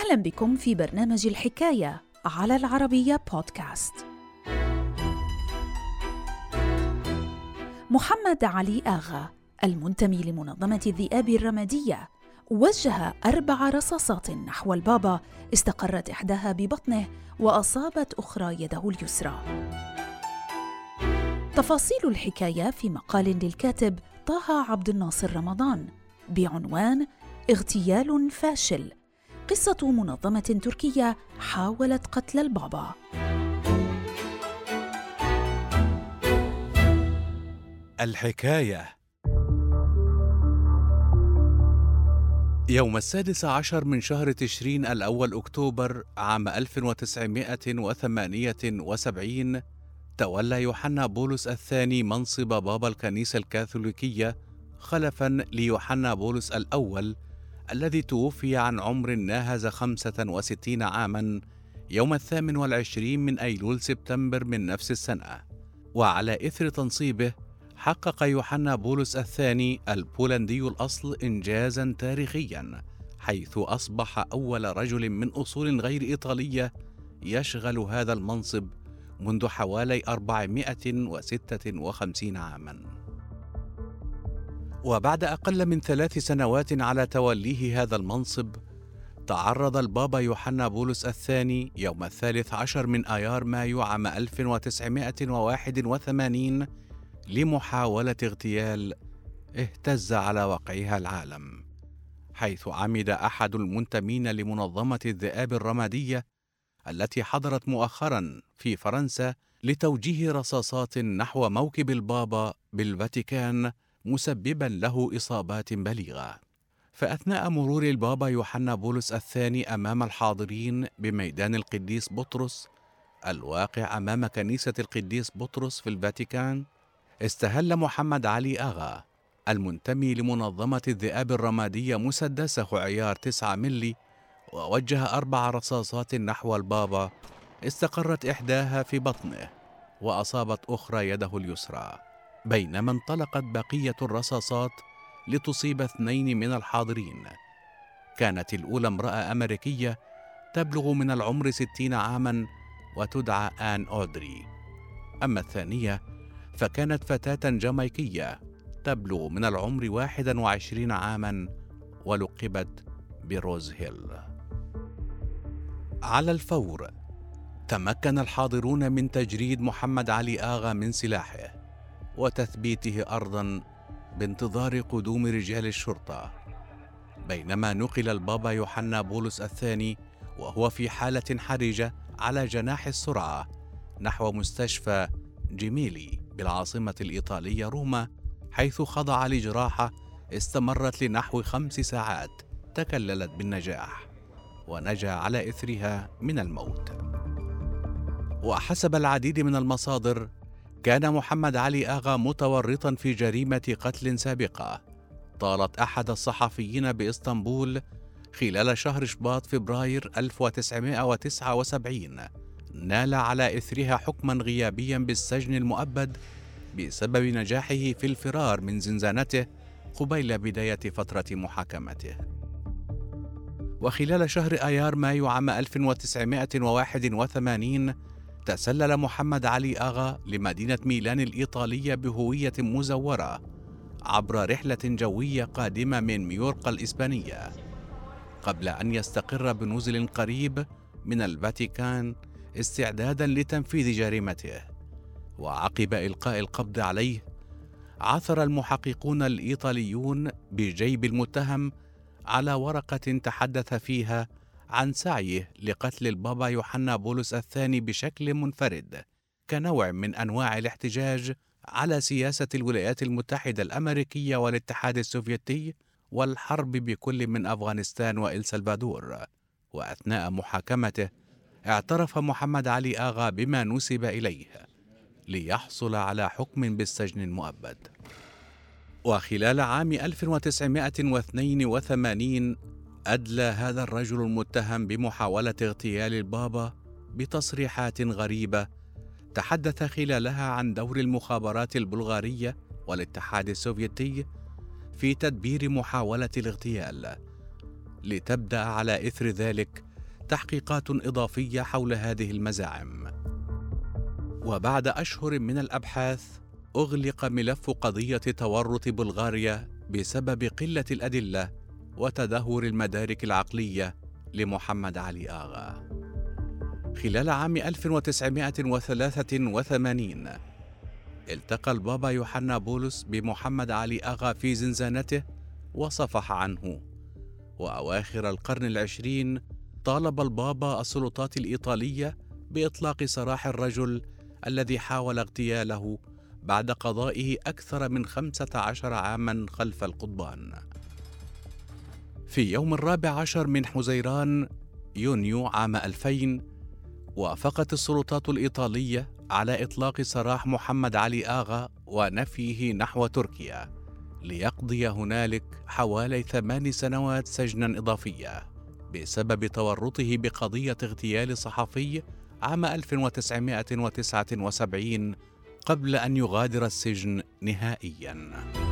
أهلا بكم في برنامج الحكاية على العربية بودكاست. محمد علي آغا المنتمي لمنظمة الذئاب الرمادية وجه 4 رصاصات نحو البابا، استقرت إحداها ببطنه وأصابت أخرى يده اليسرى. تفاصيل الحكاية في مقال للكاتب طه عبد الناصر رمضان بعنوان اغتيال فاشل، قصة منظمة تركية حاولت قتل البابا. الحكاية. يوم 16 من شهر تشرين الأول أكتوبر عام 1978 تولى يوحنا بولس الثاني منصب بابا الكنيسة الكاثوليكية خلفاً ليوحنا بولس الأول الذي توفي عن عمر ناهز 65 عاماً يوم 28 من أيلول سبتمبر من نفس السنة. وعلى إثر تنصيبه حقق يوحنا بولس الثاني البولندي الأصل إنجازاً تاريخياً، حيث أصبح أول رجل من أصول غير إيطالية يشغل هذا المنصب منذ حوالي 456 عاماً. وبعد أقل من 3 سنوات على توليه هذا المنصب، تعرض البابا يوحنا بولس الثاني يوم 13 من آيار مايو عام 1981 لمحاولة اغتيال اهتز على وقعها العالم، حيث عمد أحد المنتمين لمنظمة الذئاب الرمادية التي حضرت مؤخراً في فرنسا لتوجيه رصاصات نحو موكب البابا بالفاتيكان، مسبباً له إصابات بليغة. فأثناء مرور البابا يوحنا بولس الثاني أمام الحاضرين بميدان القديس بطرس الواقع أمام كنيسة القديس بطرس في الفاتيكان، استهل محمد علي آغا المنتمي لمنظمة الذئاب الرمادية مسدسه عيار 9 ملي ووجه 4 رصاصات نحو البابا، استقرت إحداها في بطنه وأصابت أخرى يده اليسرى، بينما انطلقت بقية الرصاصات لتصيب 2 من الحاضرين. كانت الأولى امرأة أمريكية تبلغ من العمر 60 عاماً وتدعى آن أودري، أما الثانية فكانت فتاة جامايكية تبلغ من العمر 21 عاماً ولقبت بروز هيل. على الفور تمكن الحاضرون من تجريد محمد علي آغا من سلاحه وتثبيته أرضاً بانتظار قدوم رجال الشرطة، بينما نقل البابا يوحنا بولس الثاني وهو في حالة حرجة على جناح السرعة نحو مستشفى جيميلي بالعاصمة الإيطالية روما، حيث خضع لجراحة استمرت لنحو 5 ساعات تكللت بالنجاح، ونجا على إثرها من الموت. وحسب العديد من المصادر كان محمد علي آغا متورطاً في جريمة قتل سابقة طالت أحد الصحفيين بإسطنبول خلال شهر شباط فبراير 1979، نال على إثرها حكماً غيابياً بالسجن المؤبد بسبب نجاحه في الفرار من زنزانته قبيل بداية فترة محاكمته. وخلال شهر آيار مايو عام 1981 تسلل محمد علي آغا لمدينة ميلان الإيطالية بهوية مزورة عبر رحلة جوية قادمة من ميورقا الإسبانية، قبل أن يستقر بنزل قريب من الفاتيكان استعداداً لتنفيذ جريمته. وعقب إلقاء القبض عليه عثر المحققون الإيطاليون بجيب المتهم على ورقة تحدث فيها عن سعيه لقتل البابا يوحنا بولس الثاني بشكل منفرد كنوع من أنواع الاحتجاج على سياسة الولايات المتحدة الأمريكية والاتحاد السوفيتي والحرب بكل من أفغانستان وإلسالفادور. وأثناء محاكمته اعترف محمد علي آغا بما نسب إليه ليحصل على حكم بالسجن المؤبد. وخلال عام 1982 أدلى هذا الرجل المتهم بمحاولة اغتيال البابا بتصريحات غريبة تحدث خلالها عن دور المخابرات البلغارية والاتحاد السوفيتي في تدبير محاولة الاغتيال، لتبدأ على إثر ذلك تحقيقات إضافية حول هذه المزاعم. وبعد أشهر من الأبحاث أغلق ملف قضية تورط بلغاريا بسبب قلة الأدلة وتدهور المدارك العقلية لمحمد علي آغا. خلال عام 1983 التقى البابا يوحنا بولس بمحمد علي آغا في زنزانته وصفح عنه. وأواخر القرن العشرين طالب البابا السلطات الإيطالية بإطلاق سراح الرجل الذي حاول اغتياله بعد قضائه أكثر من 15 عاماً خلف القضبان. في يوم 14 من حزيران يونيو عام 2000 وافقت السلطات الإيطالية على إطلاق سراح محمد علي آغا ونفيه نحو تركيا ليقضي هنالك حوالي 8 سنوات سجناً إضافية بسبب تورطه بقضية اغتيال صحفي عام 1979 قبل أن يغادر السجن نهائياً.